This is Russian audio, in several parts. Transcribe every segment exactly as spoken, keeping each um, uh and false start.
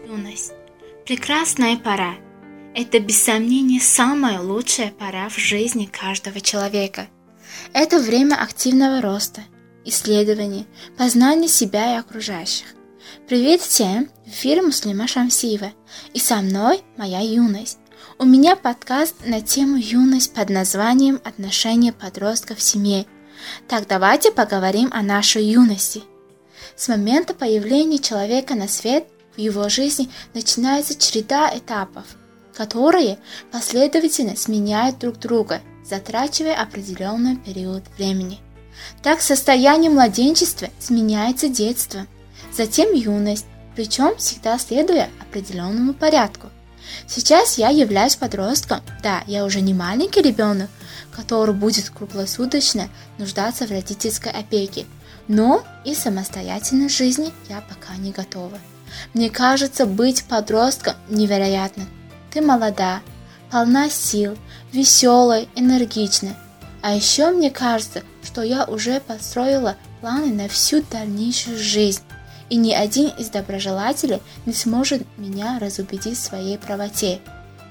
Юность. Прекрасная пора. Это, без сомнения, самая лучшая пора в жизни каждого человека. Это время активного роста, исследований, познания себя и окружающих. Привет всем! В эфире Муслима Шамсиева. И со мной моя юность. У меня подкаст на тему юность под названием «Отношения подростков в семье». Так давайте поговорим о нашей юности. С момента появления человека на свет в его жизни начинается череда этапов, которые последовательно сменяют друг друга, затрачивая определенный период времени. Так состояние младенчества сменяется детством, затем юность, причем всегда следуя определенному порядку. Сейчас я являюсь подростком, да, я уже не маленький ребенок, который будет круглосуточно нуждаться в родительской опеке, но и самостоятельной жизни я пока не готова. Мне кажется, быть подростком невероятно. Ты молода, полна сил, веселая, энергична. А еще мне кажется, что я уже построила планы на всю дальнейшую жизнь, и ни один из доброжелателей не сможет меня разубедить в своей правоте.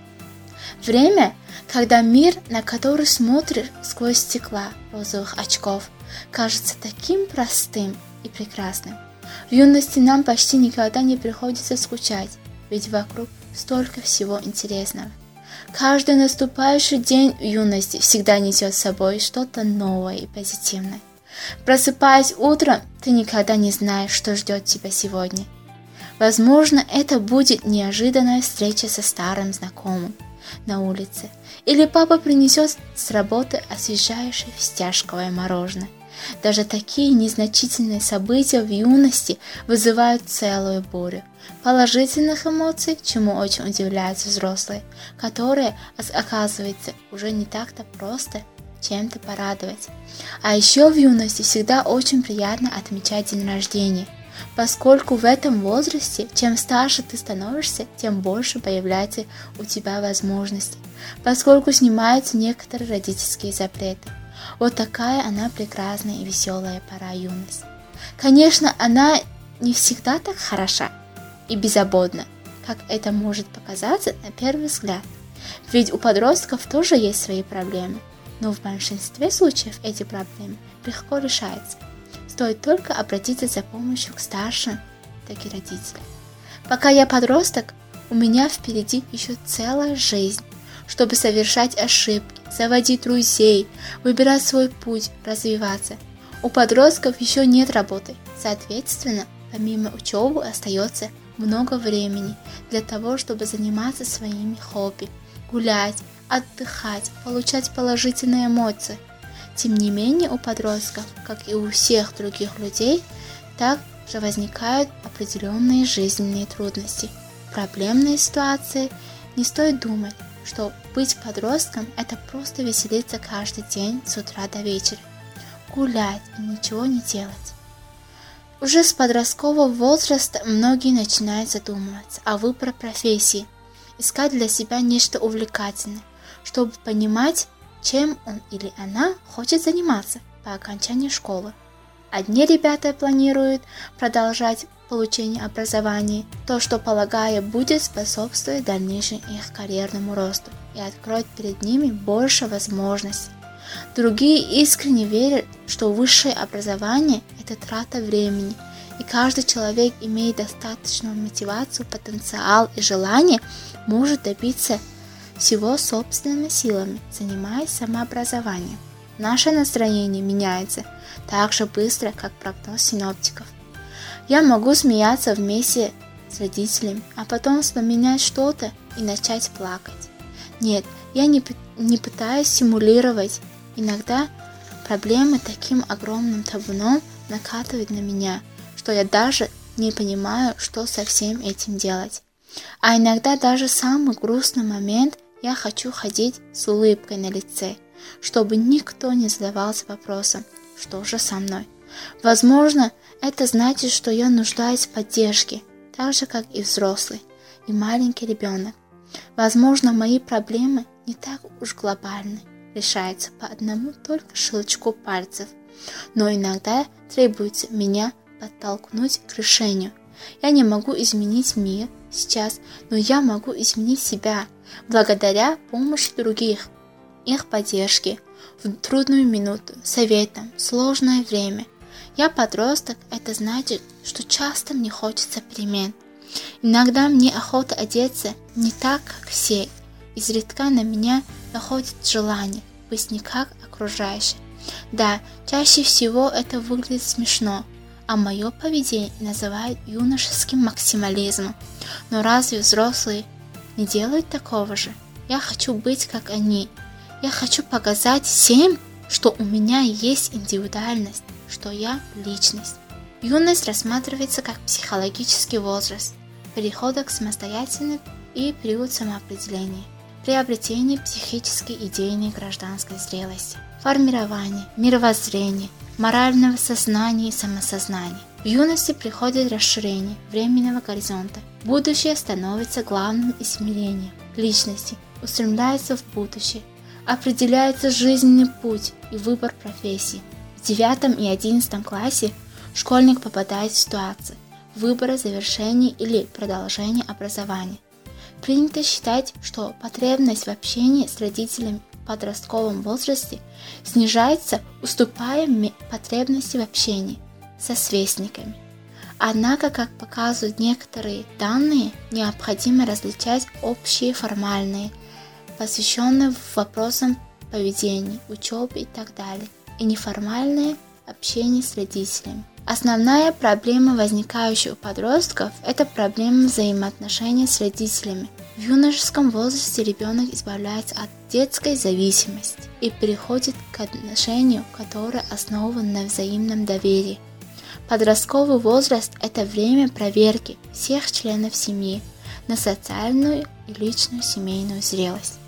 Время, когда мир, на который смотришь сквозь стекла розовых очков, кажется таким простым и прекрасным. В юности нам почти никогда не приходится скучать, ведь вокруг столько всего интересного. Каждый наступающий день в юности всегда несет с собой что-то новое и позитивное. Просыпаясь утром, ты никогда не знаешь, что ждет тебя сегодня. Возможно, это будет неожиданная встреча со старым знакомым на улице, или папа принесет с работы освежающее фисташковое мороженое. Даже такие незначительные события в юности вызывают целую бурю положительных эмоций, чему очень удивляются взрослые, которые, оказывается, уже не так-то просто чем-то порадовать. А еще в юности всегда очень приятно отмечать день рождения, поскольку в этом возрасте, чем старше ты становишься, тем больше появляется у тебя возможностей, поскольку снимаются некоторые родительские запреты. Вот такая она прекрасная и веселая пора юности. Конечно, она не всегда так хороша и беззаботна, как это может показаться на первый взгляд. Ведь у подростков тоже есть свои проблемы, но в большинстве случаев эти проблемы легко решаются. Стоит только обратиться за помощью к старшим, так и родителям. Пока я подросток, у меня впереди еще целая жизнь, чтобы совершать ошибки, заводить друзей, выбирать свой путь, развиваться. У подростков еще нет работы, соответственно, помимо учебы остается много времени для того, чтобы заниматься своими хобби, гулять, отдыхать, получать положительные эмоции. Тем не менее, у подростков, как и у всех других людей, также возникают определенные жизненные трудности, проблемные ситуации. Не стоит думать, что быть подростком – это просто веселиться каждый день с утра до вечера, гулять и ничего не делать. Уже с подросткового возраста многие начинают задумываться о выборе профессии, искать для себя нечто увлекательное, чтобы понимать, чем он или она хочет заниматься по окончании школы. Одни ребята планируют продолжать получение образования, то, что, полагаю, будет способствовать дальнейшему их карьерному росту и откроет перед ними больше возможностей. Другие искренне верят, что высшее образование – это трата времени, и каждый человек, имея достаточную мотивацию, потенциал и желание, может добиться всего собственными силами, занимаясь самообразованием. Наше настроение меняется так же быстро, как прогноз синоптиков. Я могу смеяться вместе с родителями, а потом вспоминать что-то и начать плакать. Нет, я не, не пытаюсь симулировать. Иногда проблемы таким огромным табуном накатывают на меня, что я даже не понимаю, что со всем этим делать. А иногда даже в самый грустный момент я хочу ходить с улыбкой на лице, чтобы никто не задавался вопросом, что же со мной. Возможно, это значит, что я нуждаюсь в поддержке, так же, как и взрослый, и маленький ребенок. Возможно, мои проблемы не так уж глобальны, решаются по одному только щелчку пальцев, но иногда требуется меня подтолкнуть к решению, Я не могу изменить мир сейчас, но я могу изменить себя благодаря помощи других, их поддержке в трудную минуту, советам, сложное время. Я подросток, это значит, что часто мне хочется перемен. Иногда мне охота одеться не так, как все. Изредка на меня находит желание быть не как окружающие. Да, чаще всего это выглядит смешно, а мое поведение называют юношеским максимализмом. Но разве взрослые не делают такого же? Я хочу быть как они. Я хочу показать всем, что у меня есть индивидуальность, что я личность. Юность рассматривается как психологический возраст перехода к самостоятельности и период самоопределения, приобретение психической, идейной, гражданской зрелости, формирование мировоззрения, морального сознания и самосознания. В юности приходит расширение временного горизонта. Будущее становится главным измерением личности, устремляется в будущее, определяется жизненный путь и выбор профессии. В девятом и одиннадцатом классе школьник попадает в ситуацию выбора завершения или продолжения образования. Принято считать, что потребность в общении с родителями в подростковом возрасте снижается, уступая потребности в общении со сверстниками. Однако, как показывают некоторые данные, необходимо различать общие формальные, посвященные вопросам поведения, учебы и так далее, и неформальное общение с родителями. Основная проблема, возникающая у подростков, это проблема взаимоотношений с родителями. В юношеском возрасте ребенок избавляется от детской зависимости и переходит к отношению, которое основано на взаимном доверии. Подростковый возраст – это время проверки всех членов семьи на социальную и личную семейную зрелость.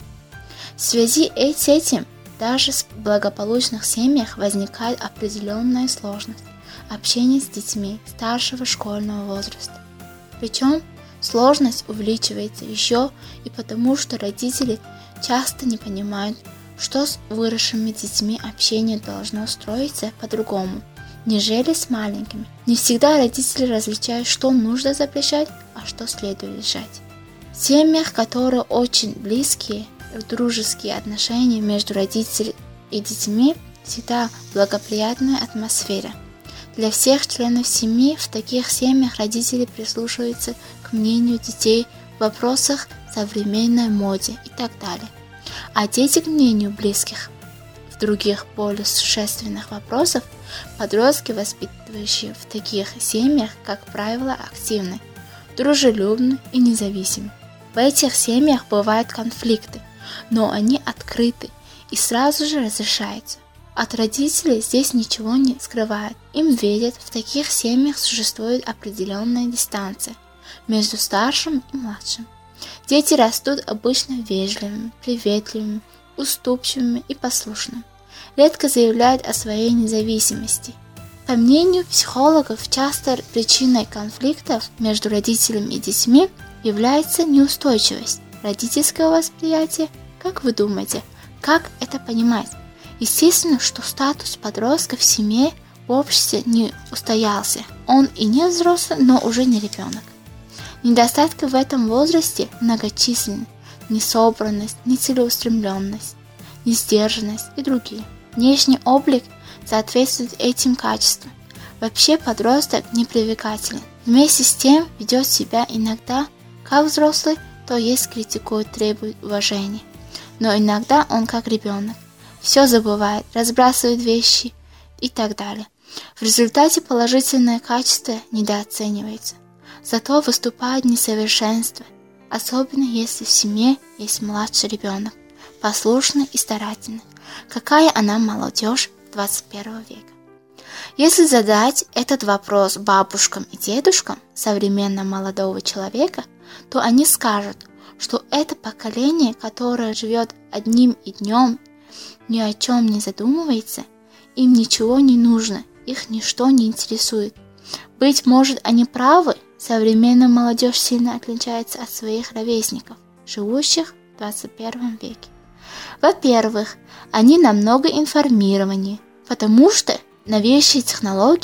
В связи с этим даже в благополучных семьях возникает определенная сложность общения с детьми старшего школьного возраста. Причем сложность увеличивается еще и потому, что родители часто не понимают, что с выросшими детьми общение должно строиться по-другому, нежели с маленькими. Не всегда родители различают, что нужно запрещать, а что следует решать. В семьях, которые очень близкие, дружеские отношения между родителями и детьми, всегда благоприятная атмосфера. Для всех членов семьи в таких семьях родители прислушиваются к мнению детей в вопросах современной моде и так далее. А дети к мнению близких в других более существенных вопросах, подростки, воспитывающие в таких семьях, как правило, активны, дружелюбны и независимы. В этих семьях бывают конфликты, но они открыты и сразу же разрешаются. От родителей здесь ничего не скрывают. Им верят, в таких семьях существует определенная дистанция между старшим и младшим. Дети растут обычно вежливыми, приветливыми, уступчивыми и послушными. Редко заявляют о своей независимости. По мнению психологов, часто причиной конфликтов между родителями и детьми является неустойчивость родительского восприятия. Как вы думаете, как это понимать? Естественно, что статус подростка в семье, в обществе не устоялся. Он и не взрослый, но уже не ребенок. Недостатки в этом возрасте многочисленны: несобранность, нецелеустремленность, несдержанность и другие. Внешний облик соответствует этим качествам. Вообще подросток непривлекателен. Вместе с тем ведет себя иногда как взрослый, то есть критикует, требует уважения. Но иногда он как ребенок. Все забывает, разбрасывает вещи и так далее. В результате положительное качество недооценивается. Зато выступает несовершенство, особенно если в семье есть младший ребенок, послушный и старательный. Какая она молодежь двадцать первого века? Если задать этот вопрос бабушкам и дедушкам современного молодого человека, то они скажут, что это поколение, которое живет одним и днем, ни о чем не задумывается, им ничего не нужно, их ничто не интересует. Быть может, они правы, современная молодежь сильно отличается от своих ровесников, живущих в двадцать первом веке. Во-первых, они намного информированнее, потому что новейшие технологии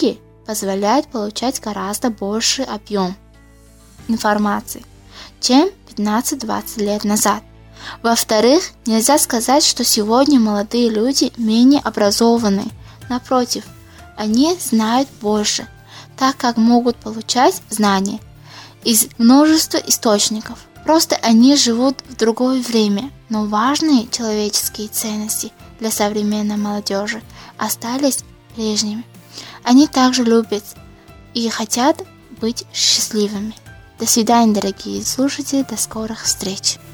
позволяет получать гораздо больший объем информации, чем пятнадцать-двадцать лет назад. Во-вторых, нельзя сказать, что сегодня молодые люди менее образованы. Напротив, они знают больше, так как могут получать знания из множества источников. Просто они живут в другое время, но важные человеческие ценности для современной молодежи остались прежними. Они также любят и хотят быть счастливыми. До свидания, дорогие слушатели, до скорых встреч!